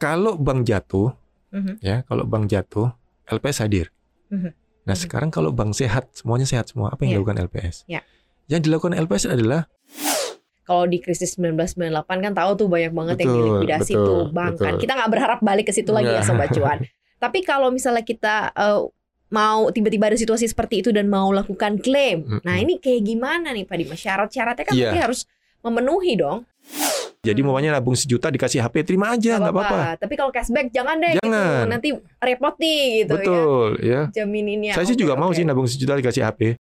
kalau bank jatuh, ya, kalau bank jatuh, LPS hadir. Nah, sekarang kalau bank sehat, semuanya sehat semua, apa yang dilakukan LPS? Yang dilakukan LPS adalah kalau di krisis 1998 kan tahu tuh banyak banget yang dilikuidasi tuh bank kan. Kita nggak berharap balik ke situ lagi ya Sobat Cuan. Tapi kalau misalnya kita mau tiba-tiba ada situasi seperti itu dan mau lakukan klaim, nah ini kayak gimana nih Pak Dimas? Syarat-syaratnya kan berarti harus memenuhi dong. Jadi maunya nabung 1 juta dikasih HP, terima aja, nggak apa-apa. Tapi kalau cashback jangan deh, gitu. Nanti repot nih gitu. Betul, ya. Jamininnya. Saya sih juga mau sih nabung 1 juta dikasih HP.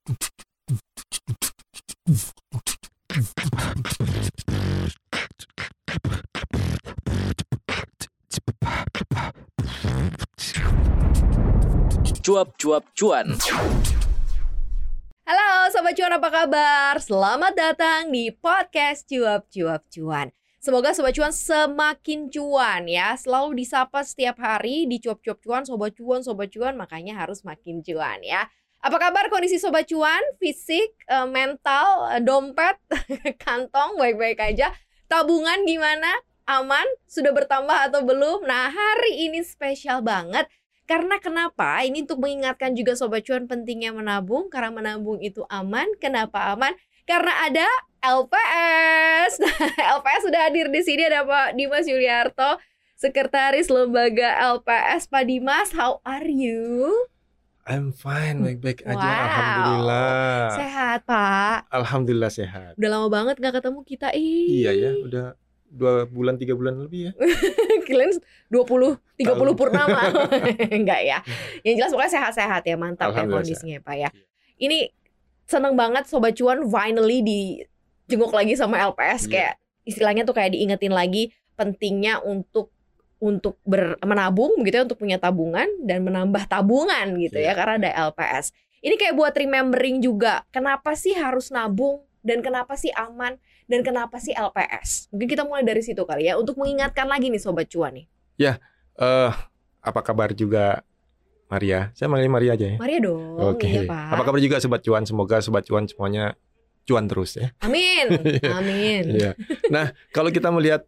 Cuap-cuap cuan. Halo Sobat Cuan, apa kabar? Selamat datang di podcast Cuap-cuap cuan. Semoga Sobat Cuan semakin cuan ya. Selalu disapa setiap hari di Cuap-cuap cuan, Sobat Cuan, makanya harus makin cuan ya. Apa kabar kondisi Sobat Cuan? Fisik, mental, dompet, kantong baik-baik aja. Tabungan gimana? Aman? Sudah bertambah atau belum? Nah, hari ini spesial banget. Karena kenapa? Ini untuk mengingatkan juga Sobat Cuan pentingnya menabung. Karena menabung itu aman. Kenapa aman? Karena ada LPS. Nah, LPS sudah hadir di sini. Ada Pak Dimas Yuliarto, Sekretaris Lembaga LPS. Pak Dimas, how are you? I'm fine, baik-baik aja. Alhamdulillah. Sehat, Pak? Alhamdulillah sehat. Udah lama banget gak ketemu kita. Iya ya, udah 2 bulan, 3 bulan lebih ya. Kalian 20-30 purnama. Enggak ya. Yang jelas pokoknya sehat-sehat ya. Mantap ya kondisinya Pak ya. Ini seneng banget Sobat Cuan finally dijenguk lagi sama LPS. Kayak istilahnya tuh kayak diingetin lagi pentingnya untuk menabung begitu ya, untuk punya tabungan dan menambah tabungan gitu ya, karena ada LPS. Ini kayak buat remembering juga kenapa sih harus nabung dan kenapa sih aman dan kenapa sih LPS. Mungkin kita mulai dari situ kali ya, untuk mengingatkan lagi nih Sobat Cuan nih. Ya, apa kabar juga Maria? Saya manggil Maria aja ya. Maria dong. Oke. Iya, Pak. Apa kabar juga Sobat Cuan? Semoga Sobat Cuan semuanya cuan terus ya. Amin. Amin. Iya. Nah, kalau kita melihat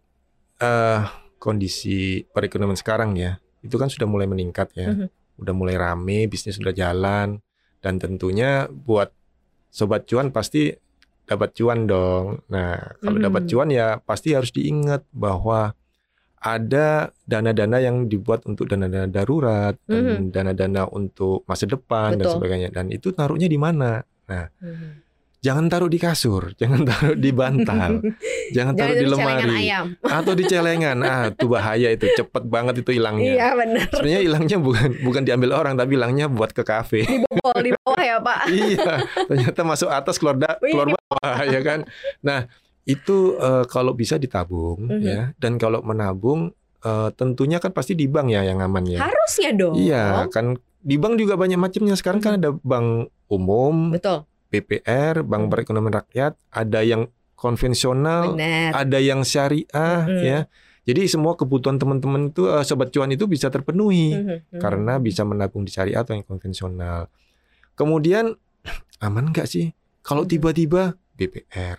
kondisi perekonomian sekarang ya, itu kan sudah mulai meningkat ya. Udah mulai rame, bisnis sudah jalan, dan tentunya buat Sobat Cuan pasti dapat cuan dong. Nah, kalau dapat cuan ya pasti harus diingat bahwa ada dana-dana yang dibuat untuk dana-dana darurat, dan dana-dana untuk masa depan dan sebagainya. Dan itu taruhnya di mana? Nah, jangan taruh di kasur, jangan taruh di bantal, jangan taruh di lemari atau di celengan. Itu bahaya, itu cepet banget itu hilangnya. Iya benar. Sebenarnya hilangnya bukan diambil orang, tapi hilangnya buat ke kafe. Dibobol di bawah ya Pak. Iya, ternyata masuk atas keluar bawah ya kan. Nah itu kalau bisa ditabung ya, dan kalau menabung tentunya kan pasti di bank ya yang aman ya. Harusnya dong. Iya kan, di bank juga banyak macamnya. Sekarang kan ada bank umum. Betul. BPR, Bank Perekonomian Rakyat, ada yang konvensional, ada yang syariah ya. Jadi semua kebutuhan teman-teman itu Sobat Cuan itu bisa terpenuhi karena bisa menabung di syariah atau yang konvensional. Kemudian aman nggak sih kalau tiba-tiba BPR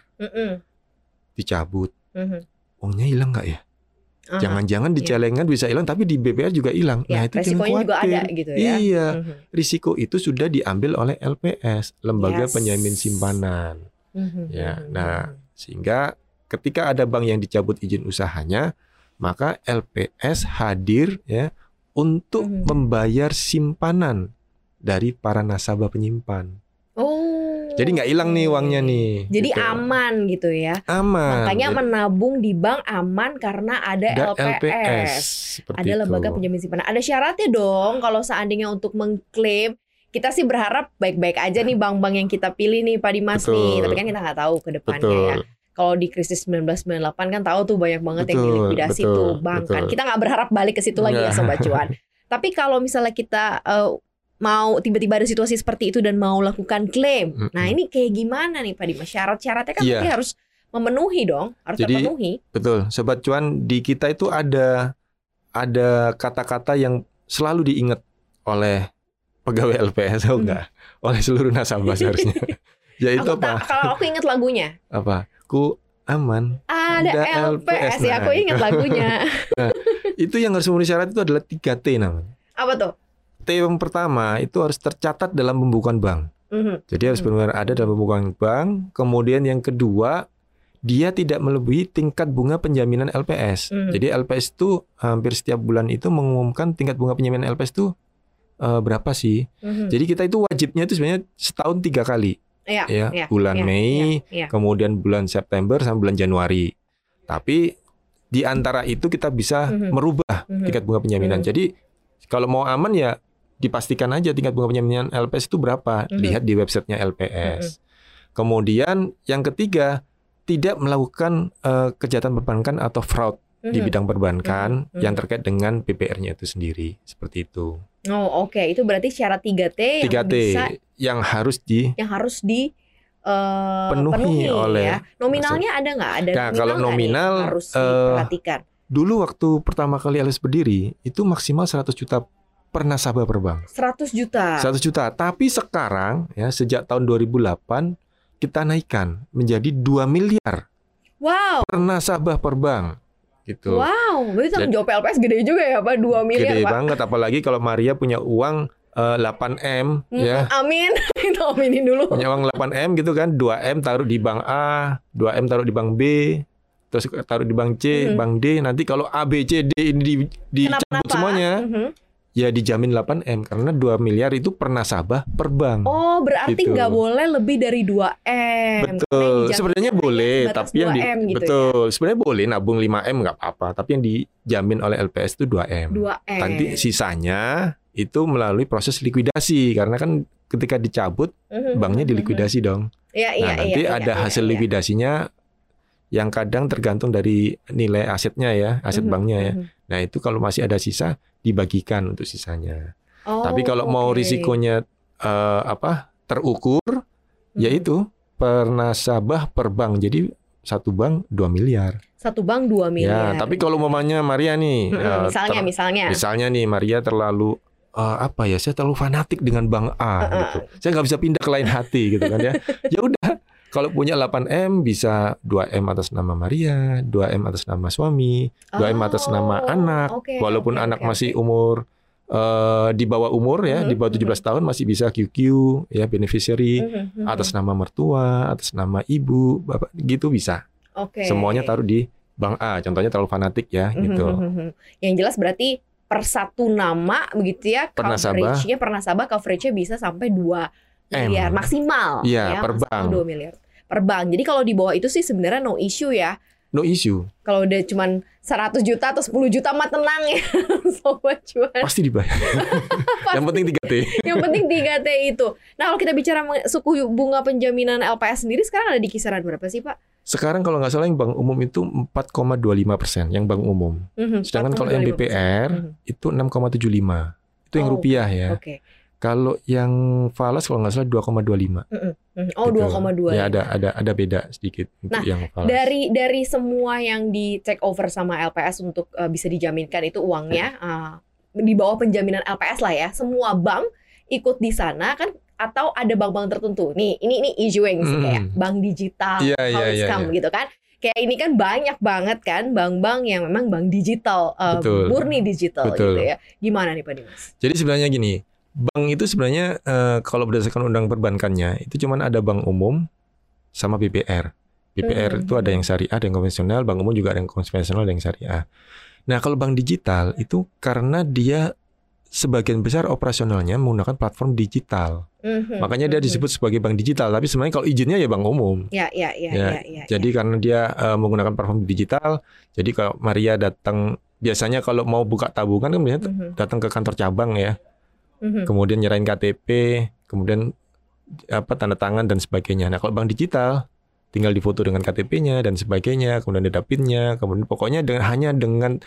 dicabut, uangnya hilang nggak ya? Jangan-jangan di celengan bisa hilang, tapi di BPR juga hilang. Ya, nah itu jangan resikonya juga ada gitu ya. Iya, risiko itu sudah diambil oleh LPS, Lembaga Penjamin Simpanan. Ya, nah sehingga ketika ada bank yang dicabut izin usahanya, maka LPS hadir ya untuk membayar simpanan dari para nasabah penyimpan. Jadi nggak hilang nih uangnya nih. Jadi gitu. Aman gitu ya. Aman. Makanya menabung di bank aman karena ada LPS. Ada Lembaga Penjamin Simpanan. Ada syaratnya dong kalau seandainya untuk mengklaim. Kita sih berharap baik-baik aja nih bank-bank yang kita pilih nih Pak Dimas nih. Tapi kan kita nggak tahu ke depannya ya. Kalau di krisis 1998 kan tahu tuh banyak banget yang dilikuidasi tuh bank kan. Kita nggak berharap balik ke situ lagi ya Sobat Cuan. Tapi kalau misalnya kita mau tiba-tiba ada situasi seperti itu dan mau lakukan klaim. Nah ini kayak gimana nih Pak Dimas? Syarat-syaratnya kan berarti harus memenuhi dong, harus terpenuhi. Betul, Sobat Cuan, di kita itu ada kata-kata yang selalu diingat oleh pegawai LPS, enggak, oleh seluruh nasabah seharusnya. Yaitu apa? Kalau aku ingat lagunya. Apa? Ku aman. Ada LPS ya, aku ingat lagunya. Nah, Itu yang harus memenuhi syarat itu adalah 3T namanya. Apa tuh? T yang pertama itu harus tercatat dalam pembukuan bank. Jadi harus benar-benar ada dalam pembukuan bank. Kemudian yang kedua, dia tidak melebihi tingkat bunga penjaminan LPS. Jadi LPS itu hampir setiap bulan itu mengumumkan tingkat bunga penjaminan LPS itu berapa sih. Jadi kita itu wajibnya itu sebenarnya setahun 3 kali. Bulan Mei, kemudian bulan September sampai bulan Januari. Tapi di antara itu kita bisa merubah tingkat bunga penjaminan. Jadi kalau mau aman ya dipastikan aja tingkat bunga penjaminan LPS itu berapa. Lihat di websitenya LPS. Kemudian yang ketiga, tidak melakukan kejahatan perbankan atau fraud di bidang perbankan yang terkait dengan PPR-nya itu sendiri. Seperti itu. Oh, oke. Itu berarti syarat 3T yang 3T bisa yang harus penuhi oleh ya. Nominalnya ada nggak? Ada nah, kalau nominal harus diperhatikan. Dulu waktu pertama kali LPS berdiri itu maksimal 100 juta per nasabah per bank. 100 juta. 100 juta. Tapi sekarang ya sejak tahun 2008 kita naikkan menjadi 2 miliar. Wow. Per nasabah per bank. Gitu. Wow, berarti tanggung jawab LPS gede juga ya Pak, 2 miliar gede Pak. Banget, apalagi kalau Maria punya uang 8M ya. Amin, itu aminin dulu. Punya uang 8M gitu kan, 2M taruh di bank A, 2M taruh di bank B, terus taruh di bank C, bank D. Nanti kalau A, B, C, D ini dicabut semuanya, ya dijamin 8M karena 2 miliar itu per nasabah per bank. Oh, berarti nggak boleh lebih dari 2M. Betul. Sebenarnya boleh, tapi yang gitu betul. Ya? Sebenarnya boleh nabung 5M nggak apa-apa, tapi yang dijamin oleh LPS itu 2M. 2M. Nanti sisanya itu melalui proses likuidasi karena kan ketika dicabut banknya dilikuidasi dong. Nanti ada hasil likuidasinya yang kadang tergantung dari nilai asetnya ya, aset banknya ya. Nah, itu kalau masih ada sisa dibagikan untuk sisanya. Tapi kalau mau risikonya terukur, yaitu per nasabah per bank. Jadi satu bank 2 miliar. Satu bank 2 miliar. Ya, tapi kalau umpamanya Maria nih, misalnya nih Maria terlalu saya terlalu fanatik dengan bank A gitu. Saya nggak bisa pindah ke lain hati gitu kan ya. Ya udah, kalau punya 8M bisa 2M atas nama Maria, 2M atas nama suami, 2M atas nama anak. Walaupun anak masih umur di bawah umur ya, di bawah 17 tahun masih bisa QQ ya, beneficiary atas nama mertua, atas nama ibu, bapak gitu bisa. Semuanya taruh di bank A. Contohnya terlalu fanatik ya gitu. Yang jelas berarti per satu nama begitu ya, coverage-nya per nasabah coverage-nya bisa sampai 2 miliar maksimal ya, per bank. 2 miliar per bank. Jadi kalau di bawah itu sih sebenarnya no issue ya. No issue. Kalau udah cuman 100 juta atau 10 juta mah tenang ya. Sobat cuan. Pasti dibayar. Yang penting 3T. Yang penting 3T itu. Nah, kalau kita bicara suku bunga penjaminan LPS sendiri sekarang ada di kisaran berapa sih, Pak? Sekarang kalau nggak salah yang bank umum itu 4,25% yang bank umum. Sedangkan kalau yang BPR itu 6,75. Itu yang rupiah ya. Kalau yang falas kalau nggak salah 2,25. Oh, gitu. 2,2. Ya ada beda sedikit untuk yang falas. Dari semua yang di take over sama LPS untuk bisa dijaminkan itu uangnya di bawah penjaminan LPS lah ya. Semua bank ikut di sana kan, atau ada bank-bank tertentu. Nih, ini issue-nya kayak bank digital, gitu kan. Kayak ini kan banyak banget kan bank-bank yang memang bank digital, murni digital gitu ya. Gimana nih Pak Dimas? Jadi sebenarnya gini, bank itu sebenarnya kalau berdasarkan undang perbankannya itu cuma ada bank umum sama BPR. BPR itu ada yang syariah, ada yang konvensional, bank umum juga ada yang konvensional, ada yang syariah. Nah, kalau bank digital itu karena dia sebagian besar operasionalnya menggunakan platform digital. Makanya dia disebut sebagai bank digital, tapi sebenarnya kalau izinnya ya bank umum. Jadi karena dia menggunakan platform digital, jadi kalau Maria datang, biasanya kalau mau buka tabungan kan biasanya datang ke kantor cabang ya. Kemudian nyerahin KTP, kemudian tanda tangan dan sebagainya. Nah, kalau bank digital tinggal difoto dengan KTP-nya dan sebagainya, kemudian ada PIN-nya, kemudian pokoknya hanya dengan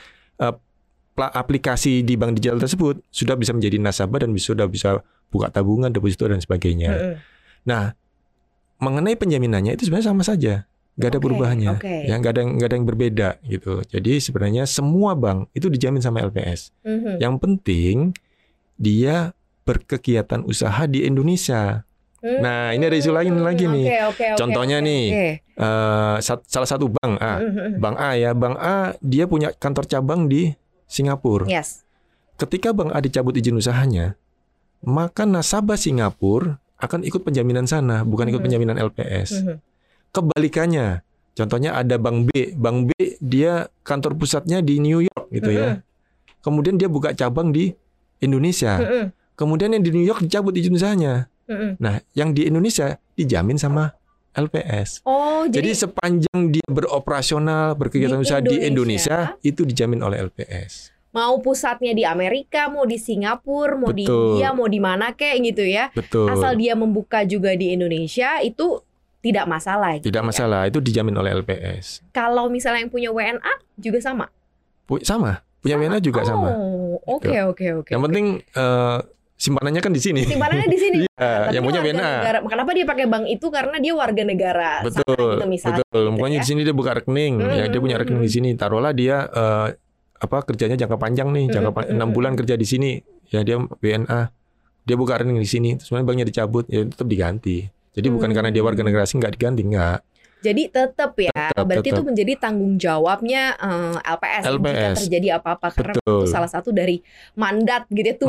aplikasi di bank digital tersebut sudah bisa menjadi nasabah dan sudah bisa buka tabungan, deposito dan sebagainya. Nah, mengenai penjaminannya itu sebenarnya sama saja, nggak ada perubahannya, ya nggak ada yang berbeda gitu. Jadi sebenarnya semua bank itu dijamin sama LPS. Yang penting dia berkegiatan usaha di Indonesia. Nah, ini ada isu lain lagi nih. Contohnya nih, salah satu bank A, bank A ya, bank A dia punya kantor cabang di Singapura. Yes. Ketika Bank A dicabut izin usahanya, maka nasabah Singapura akan ikut penjaminan sana, bukan ikut penjaminan LPS. Kebalikannya, contohnya ada Bank B. Bank B dia kantor pusatnya di New York gitu ya. Kemudian dia buka cabang di Indonesia. Kemudian yang di New York dicabut izin usahanya. Nah, yang di Indonesia dijamin sama LPS. Oh, jadi sepanjang dia beroperasional, berkegiatan usaha di Indonesia, itu dijamin oleh LPS. Mau pusatnya di Amerika, mau di Singapura, mau di India, mau di mana kayak gitu ya. Betul. Asal dia membuka juga di Indonesia, itu tidak masalah. Tidak masalah, itu dijamin oleh LPS. Kalau misalnya yang punya WNA juga sama? Sama, punya WNA juga sama. Oke. Yang penting simpanannya kan di sini. Simpanannya di sini. Ya, yang punya WNA. Kenapa dia pakai bank itu? Karena dia warga negara. Betul, sana gitu misalnya. betul. Gitu Pokoknya di sini dia buka rekening, ya dia punya rekening di sini. Taruhlah dia kerjanya jangka panjang nih, 6 bulan kerja di sini, ya dia WNA, dia buka rekening di sini. Sebenarnya banknya dicabut, ya tetap diganti. Jadi bukan karena dia warga negara asing nggak diganti, nggak. Jadi tetap ya, berarti itu menjadi tanggung jawabnya LPS jika terjadi apa-apa, karena itu salah satu dari mandat gitu ya,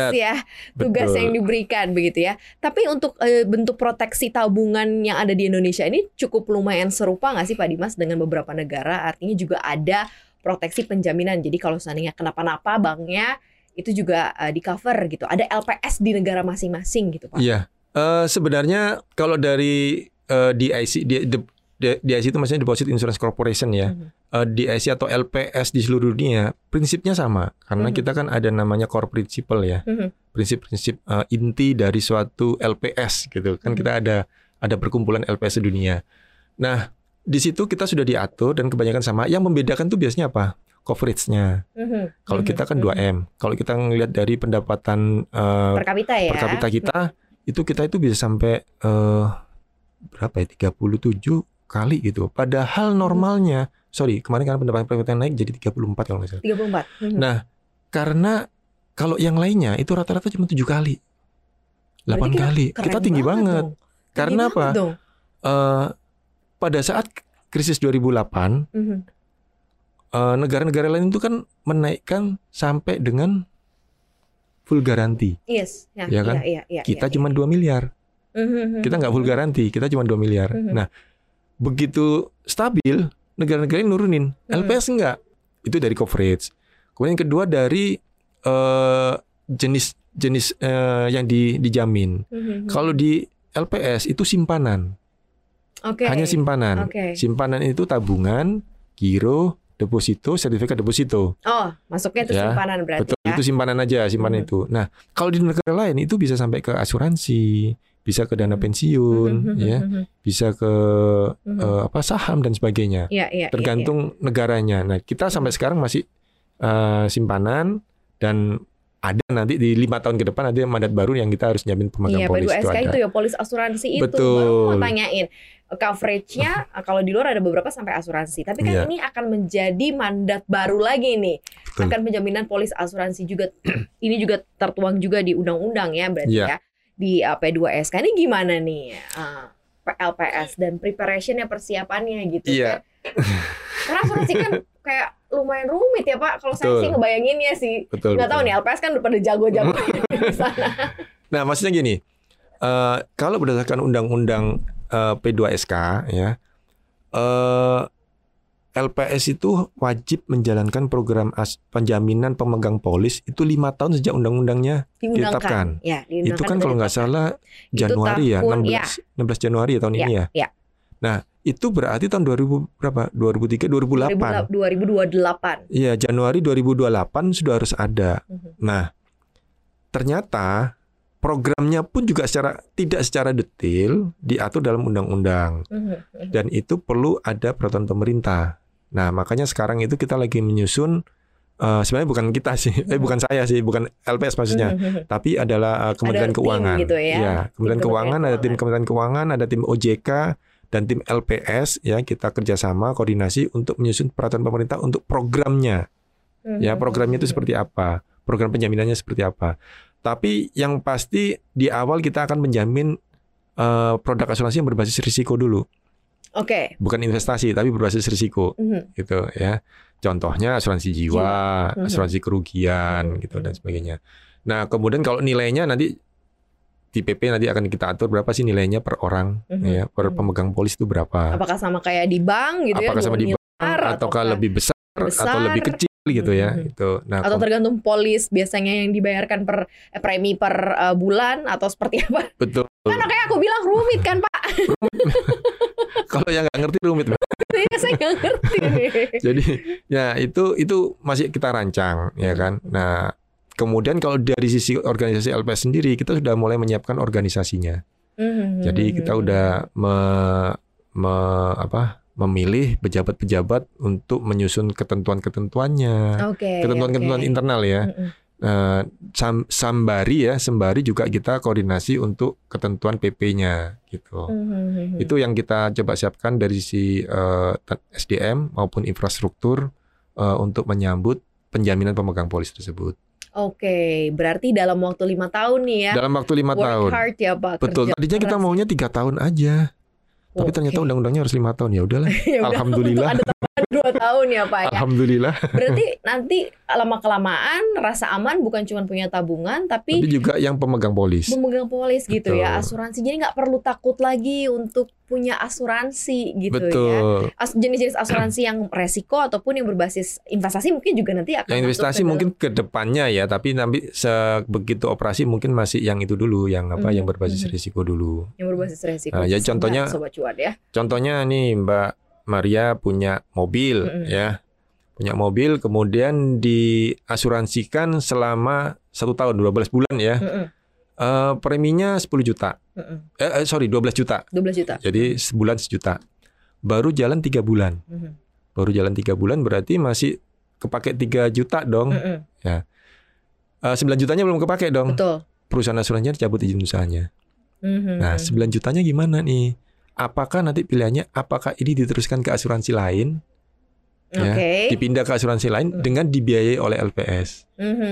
tugas yang diberikan begitu ya. Tapi untuk bentuk proteksi tabungan yang ada di Indonesia ini cukup lumayan serupa nggak sih Pak Dimas dengan beberapa negara? Artinya juga ada proteksi penjaminan. Jadi kalau seandainya kenapa-napa banknya itu juga di cover gitu. Ada LPS di negara masing-masing gitu Pak. Iya, sebenarnya kalau dari DIC, DIC itu maksudnya Deposit Insurance Corporation ya. DIC atau LPS di seluruh dunia prinsipnya sama, karena kita kan ada namanya core principle ya. Prinsip-prinsip inti dari suatu LPS gitu. Kan kita ada perkumpulan LPS sedunia. Nah, di situ kita sudah diatur dan kebanyakan sama. Yang membedakan tuh biasanya apa? Coverage-nya. Kalau kita kan 2M. Kalau kita ngelihat dari pendapatan per kapita kita, kita itu bisa sampai berapa ya? 37 kali gitu. Padahal normalnya, kemarin karena pendapatan per kapita naik jadi 34 kalau nggak salah. 34. Nah, karena kalau yang lainnya itu rata-rata cuma 7 kali. 8 kali. Kita tinggi banget. Karena apa? Pada saat krisis 2008, negara-negara lain itu kan menaikkan sampai dengan full garanti. Yes. Ya kan? Kita cuma 2 miliar. Kita nggak full garanti, kita cuma 2 miliar. Nah, begitu stabil, negara-negara ini nurunin. LPS enggak. Itu dari coverage. Kemudian yang kedua dari jenis yang dijamin. Kalau di LPS itu simpanan. Hanya simpanan. Simpanan itu tabungan, giro, deposito, sertifikat deposito. Oh, masuknya itu simpanan berarti. Betul, itu simpanan aja, simpanan itu. Nah, kalau di negara lain itu bisa sampai ke asuransi, bisa ke dana pensiun, ya, bisa ke saham dan sebagainya. Tergantung negaranya. Nah, kita sampai sekarang masih simpanan, dan ada nanti di 5 tahun ke depan ada mandat baru yang kita harus jamin pemegang polis itu ada. Itu ya, polis asuransi itu. Baru mau tanyain coverage-nya kalau di luar ada beberapa sampai asuransi. Tapi kan ini akan menjadi mandat baru lagi nih. Akan penjaminan polis asuransi juga. Ini juga tertuang juga di undang-undang ya berarti ya. Di P2SK ini gimana nih LPS dan preparationnya, persiapannya gitu kan. Karena asuransi kan kayak lumayan rumit ya Pak. Kalau saya sih ngebayanginnya sih. Nggak tahu nih, LPS kan udah pada jago-jago di sana. Nah, maksudnya gini, kalau berdasarkan undang-undang P2SK ya, LPS itu wajib menjalankan program penjaminan pemegang polis itu 5 tahun sejak undang-undangnya ditetapkan. Itu kan kalau nggak salah Januari ya, 16 Januari ya tahun ini ya. Nah, itu berarti tahun 2000 berapa? 2003, 2008. 2028. Iya, Januari 2028 sudah harus ada. Nah, ternyata programnya pun juga tidak secara detail diatur dalam undang-undang. Dan itu perlu ada peraturan pemerintah. Nah, makanya sekarang itu kita lagi menyusun, sebenarnya bukan kita sih, bukan saya sih, bukan LPS maksudnya, tapi adalah Kementerian Keuangan. Gitu ya? Ya, Kementerian Keuangan, ada tim Kementerian Keuangan, ada tim OJK, dan tim LPS, ya, kita kerjasama koordinasi untuk menyusun peraturan pemerintah untuk programnya. Ya, programnya itu seperti apa, program penjaminannya seperti apa. Tapi yang pasti di awal kita akan menjamin produk asuransi yang berbasis risiko dulu. Bukan investasi, tapi berbasis risiko, gitu ya. Contohnya asuransi jiwa, asuransi kerugian gitu dan sebagainya. Nah, kemudian kalau nilainya nanti di PP nanti akan kita atur berapa sih nilainya per orang ya, per pemegang polis itu berapa. Apakah sama kayak di bank gitu Apakah sama di bank ataukah lebih besar atau lebih kecil gitu ya. Itu. Nah, atau tergantung polis biasanya yang dibayarkan per premi per bulan atau seperti apa? Betul. Kan kayak aku bilang rumit kan, Pak. Kalau yang nggak ngerti rumit. Iya, saya nggak ngerti nih. Jadi ya itu masih kita rancang ya kan. Nah, kemudian kalau dari sisi organisasi LPS sendiri kita sudah mulai menyiapkan organisasinya. Jadi kita udah memilih pejabat-pejabat untuk menyusun ketentuan-ketentuannya, ketentuan-ketentuan internal ya. Sembari juga kita koordinasi untuk ketentuan PP-nya gitu. Itu yang kita coba siapkan dari sisi SDM maupun infrastruktur untuk menyambut penjaminan pemegang polis tersebut. Oke, berarti dalam waktu 5 tahun nih ya. Dalam waktu 5 tahun. Work hard ya, Pak. Betul. Tadinya kita maunya 3 tahun aja. Tapi ternyata undang-undangnya harus 5 tahun. Ya udahlah. Alhamdulillah. Ada tambahan 2 tahun ya, Pak ya. Alhamdulillah. Berarti nanti lama-kelamaan rasa aman bukan cuma punya tabungan tapi juga yang pemegang polis. Pemegang polis gitu. Betul. Ya, asuransi. Jadi nggak perlu takut lagi untuk punya asuransi gitu. Betul. Ya. Jenis-jenis asuransi yang resiko ataupun yang berbasis investasi mungkin juga nanti akan. Yang investasi mungkin ke depannya ya, tapi nanti begitu operasi mungkin masih yang itu dulu, yang yang berbasis risiko dulu. Yang berbasis risiko. Nah, ya contohnya Sobat Cuan ya. Contohnya nih Mbak Maria punya mobil ya. Punya mobil kemudian diasuransikan selama 1 tahun 12 bulan ya. Preminya 10 juta. 12 juta. 12 juta. Jadi sebulan 1 juta. Baru jalan 3 bulan. Baru jalan 3 bulan berarti masih kepake 3 juta dong. Ya. 9 jutanya belum kepake dong. Betul. Perusahaan asuransinya cabut izin usahanya. Nah, 9 jutanya gimana nih? Apakah nanti pilihannya apakah ini diteruskan ke asuransi lain? Ya, dipindah ke asuransi lain dengan dibiayai oleh LPS,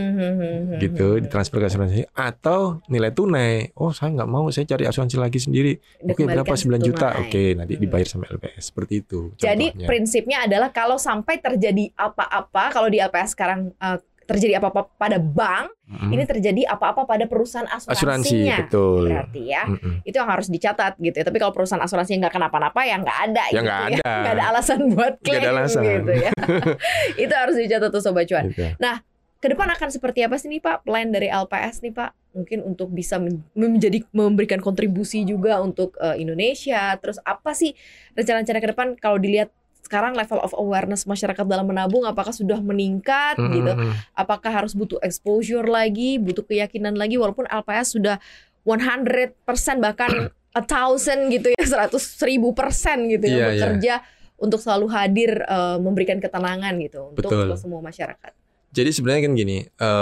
gitu, ditransfer ke asuransi, atau nilai tunai. Oh, saya nggak mau, saya cari asuransi lagi sendiri. Oke, berapa 9 juta? Oke, nanti dibayar sama LPS, seperti itu. Jadi contohnya. Prinsipnya adalah kalau sampai terjadi apa-apa, kalau di LPS sekarang terjadi apa-apa pada bank, ini terjadi apa-apa pada perusahaan asuransinya. Betul. Berarti ya, itu yang harus dicatat gitu ya. Tapi kalau perusahaan asuransi nggak kenapa-napa ya nggak ada ya, gitu nggak ya. ada. Nggak ada alasan buat klaim gitu ya. Itu harus dicatat tuh Sobat Cuan. Gitu. Nah, ke depan akan seperti apa sih nih Pak? Plan dari LPS nih Pak? Mungkin untuk bisa memberikan kontribusi juga untuk Indonesia. Terus apa sih rencana-rencana ke depan kalau dilihat sekarang level of awareness masyarakat dalam menabung apakah sudah meningkat gitu? Apakah harus butuh exposure lagi, butuh keyakinan lagi walaupun LPS sudah 100% bahkan 1,000 gitu ya, 100.000% gitu ya bekerja untuk selalu hadir memberikan ketenangan gitu untuk semua masyarakat. Jadi sebenarnya kan gini,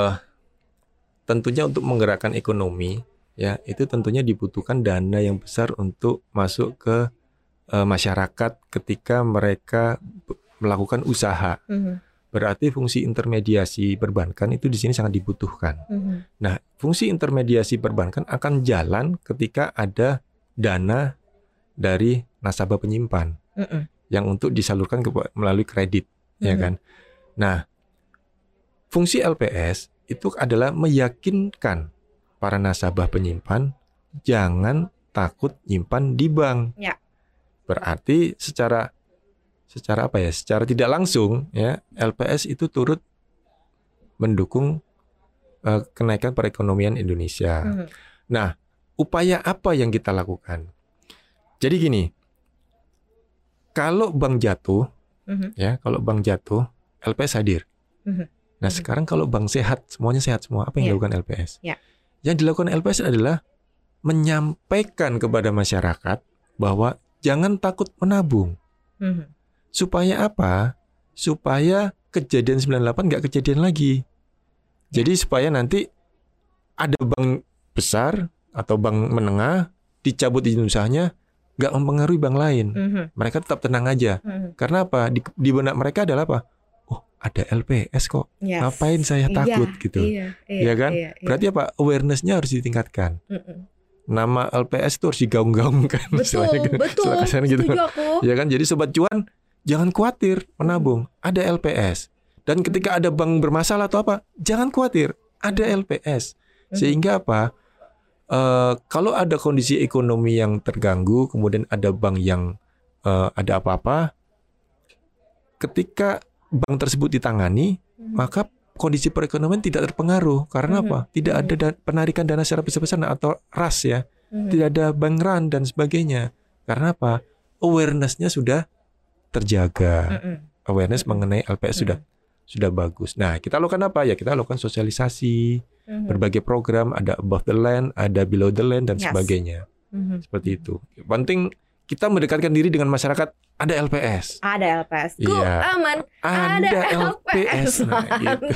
tentunya untuk menggerakkan ekonomi ya itu tentunya dibutuhkan dana yang besar untuk masuk ke masyarakat ketika mereka melakukan usaha. Berarti fungsi intermediasi perbankan itu di sini sangat dibutuhkan. Nah, fungsi intermediasi perbankan akan jalan ketika ada dana dari nasabah penyimpan yang untuk disalurkan melalui kredit, ya kan? Nah, fungsi LPS itu adalah meyakinkan para nasabah penyimpan jangan takut nyimpan di bank. Ya. Berarti secara apa ya? Secara tidak langsung ya, LPS itu turut mendukung kenaikan perekonomian Indonesia. Nah, upaya apa yang kita lakukan? Jadi gini, kalau bank jatuh, ya, kalau bank jatuh, LPS hadir. Nah, sekarang kalau bank sehat, semuanya sehat semua, apa yang dilakukan LPS? Yang dilakukan LPS adalah menyampaikan kepada masyarakat bahwa jangan takut menabung. Supaya apa? Supaya kejadian 98 nggak kejadian lagi. Jadi supaya nanti ada bank besar atau bank menengah dicabut izin usahanya nggak mempengaruhi bank lain. Mereka tetap tenang aja. Karena apa? Di benak mereka adalah apa? Oh, ada LPS kok. Ngapain saya takut gitu? Iya kan? Berarti apa? Awareness-nya harus ditingkatkan. Nama LPS itu harus digaung-gaungkan. Betul. Gitu. Gitu. Ya kan? Jadi Sobat Cuan jangan khawatir menabung, ada LPS. Dan ketika ada bank bermasalah atau apa, jangan khawatir, ada LPS. Sehingga apa? Kalau ada kondisi ekonomi yang terganggu, kemudian ada bank yang ada apa-apa, ketika bank tersebut ditangani, maka kondisi perekonomian tidak terpengaruh. Karena apa? Tidak ada penarikan dana secara besar-besaran atau RAS ya. Tidak ada bank run dan sebagainya. Karena apa? Awareness-nya sudah terjaga. Awareness mengenai LPS sudah bagus. Nah, kita lakukan apa? Ya kita lakukan sosialisasi, berbagai program, ada above the line, ada below the line dan sebagainya. Seperti itu. Penting kita mendekatkan diri dengan masyarakat. Ada LPS. Ada LPS. Iya. Aman. Ada LPS. Nah, gitu.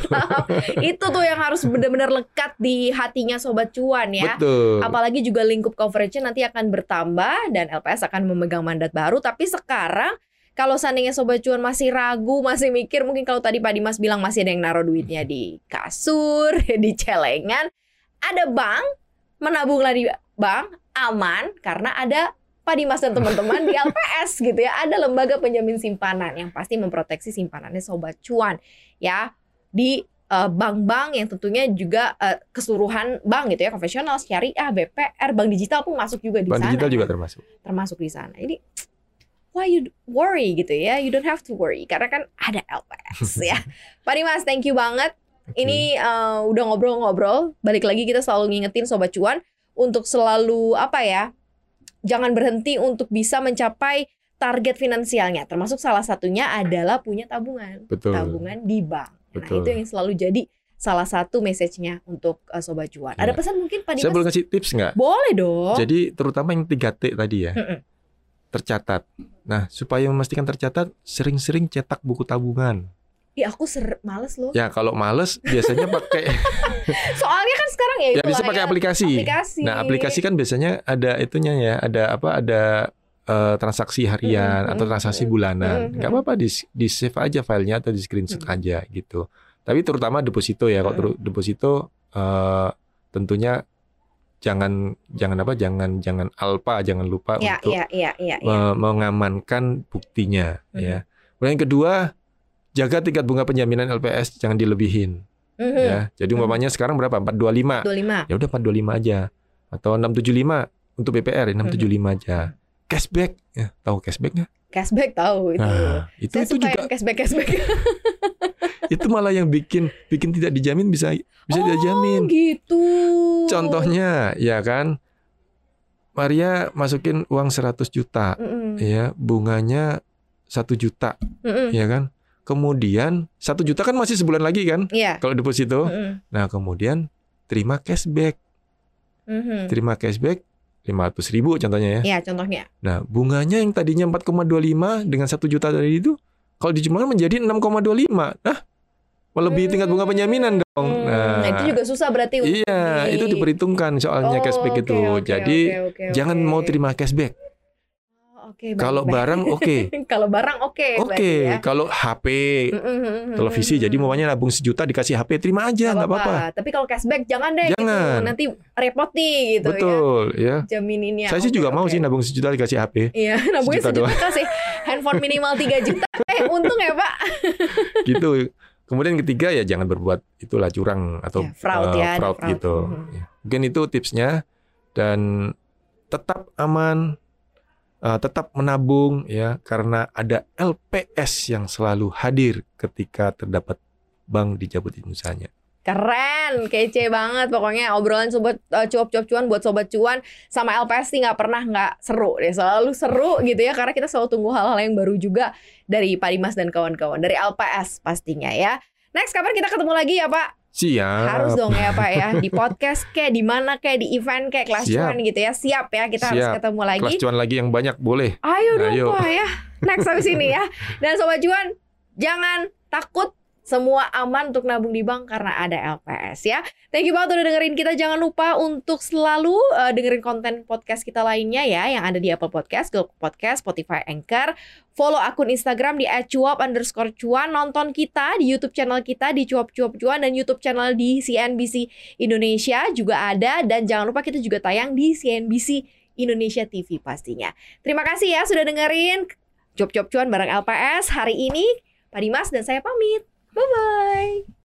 Itu tuh yang harus benar-benar lekat di hatinya Sobat Cuan ya. Betul. Apalagi juga lingkup coverage-nya nanti akan bertambah dan LPS akan memegang mandat baru. Tapi sekarang kalau seandainya Sobat Cuan masih ragu, masih mikir, mungkin kalau tadi Pak Dimas bilang masih ada yang naruh duitnya di kasur, di celengan, ada bank, menabunglah di bank, aman karena ada Pak Dimas dan teman-teman di LPS gitu ya. Ada lembaga penjamin simpanan yang pasti memproteksi simpanannya Sobat Cuan ya. Di bank-bank yang tentunya juga keseluruhan bank gitu ya, konvensional, syariah, BPR, bank digital pun masuk juga di sana. Bank digital juga termasuk di sana. Ini why you worry gitu ya? You don't have to worry karena kan ada LPS ya. Pak Dimas, thank you banget. Ini udah ngobrol-ngobrol. Balik lagi kita selalu ngingetin Sobat Cuan untuk selalu apa ya? Jangan berhenti untuk bisa mencapai target finansialnya. Termasuk salah satunya adalah punya tabungan. Betul. Tabungan di bank. Nah, Betul. itu yang selalu jadi salah satu message-nya untuk Sobat Cuan. Ya. Ada pesan mungkin Pak Dimas? Saya boleh kasih tips nggak? Boleh dong. Jadi terutama yang 3T tadi ya. Tercatat. Nah, supaya memastikan tercatat, sering-sering cetak buku tabungan. Iya, aku males loh. Ya, kalau males biasanya pakai Soalnya kan sekarang ya ya bisa pakai aplikasi. Nah, aplikasi kan biasanya ada itunya ya, ada transaksi harian atau transaksi bulanan. Nggak apa-apa di save aja filenya atau di screenshot aja gitu. Tapi terutama deposito ya, kalau deposito tentunya jangan alpa, jangan lupa untuk mengamankan buktinya ya. Kemudian yang kedua, jaga tingkat bunga penjaminan LPS jangan dilebihin. Ya. Jadi umpamanya sekarang berapa? 425. Ya udah 425 aja. Atau 675 untuk BPR 675 aja. Cashback, ya, tahu cashback nggak? Cashback tahu itu. Nah, itu juga cashback. Itu malah yang bikin tidak dijamin bisa tidak dijamin. Gitu. Contohnya ya kan, Maria masukin uang 100 juta, ya bunganya 1 juta, ya kan. Kemudian 1 juta kan masih sebulan lagi kan, kalau deposito. Nah kemudian terima cashback, 500.000 contohnya ya. Iya contohnya. Nah bunganya yang tadinya 4,25 dengan 1 juta dari itu, kalau dijumlahkan menjadi 6,25. Nah melebihi tingkat bunga penjaminan dong. Nah itu juga susah berarti. Iya itu diperhitungkan soalnya cashback itu. Jadi jangan mau terima cashback. Kalau barang Kalau barang ya. Kalau HP, televisi, jadi maunya nabung 1 juta dikasih HP, terima aja, nggak apa-apa. Tapi kalau cashback jangan deh. Jangan. Gitu. Nanti repot nih gitu. Betul, ya. Jamininnya. Saya sih juga mau sih nabung 1 juta dikasih HP. Iya, nabungnya 1 juta kasih handphone minimal 3 juta. Untung ya Pak. Gitu. Kemudian ketiga ya jangan berbuat itulah curang atau fraud gitu. Mungkin itu tipsnya, dan tetap aman. Tetap menabung ya, karena ada LPS yang selalu hadir ketika terdapat bank dicabutin usahanya. Keren, kece banget pokoknya obrolan sobat cuap-cuap cuan buat Sobat Cuan sama LPS sih nggak pernah nggak seru deh, selalu seru gitu ya, karena kita selalu tunggu hal-hal yang baru juga dari Pak Dimas dan kawan-kawan dari LPS pastinya ya. Next kapan kita ketemu lagi ya Pak? Siap. Harus dong ya Pak ya, di podcast kayak di mana kayak di event kayak kelas cuan gitu ya. Siap ya, kita harus ketemu lagi. Kelas cuan lagi yang banyak boleh. Ayo dong Pak ya. Next habis ini ya. Dan Sobat Cuan jangan takut, semua aman untuk nabung di bank karena ada LPS ya. Thank you banget udah dengerin kita. Jangan lupa untuk selalu dengerin konten podcast kita lainnya ya, yang ada di Apple Podcast, Google Podcast, Spotify, Anchor. Follow akun Instagram di @cuap_cuan. Nonton kita di YouTube channel kita di Cuap-Cuap Cuan, dan YouTube channel di CNBC Indonesia juga ada. Dan jangan lupa kita juga tayang di CNBC Indonesia TV pastinya. Terima kasih ya sudah dengerin Cuap-cuap cuan bareng LPS hari ini. Pak Dimas dan saya pamit. Bye-bye.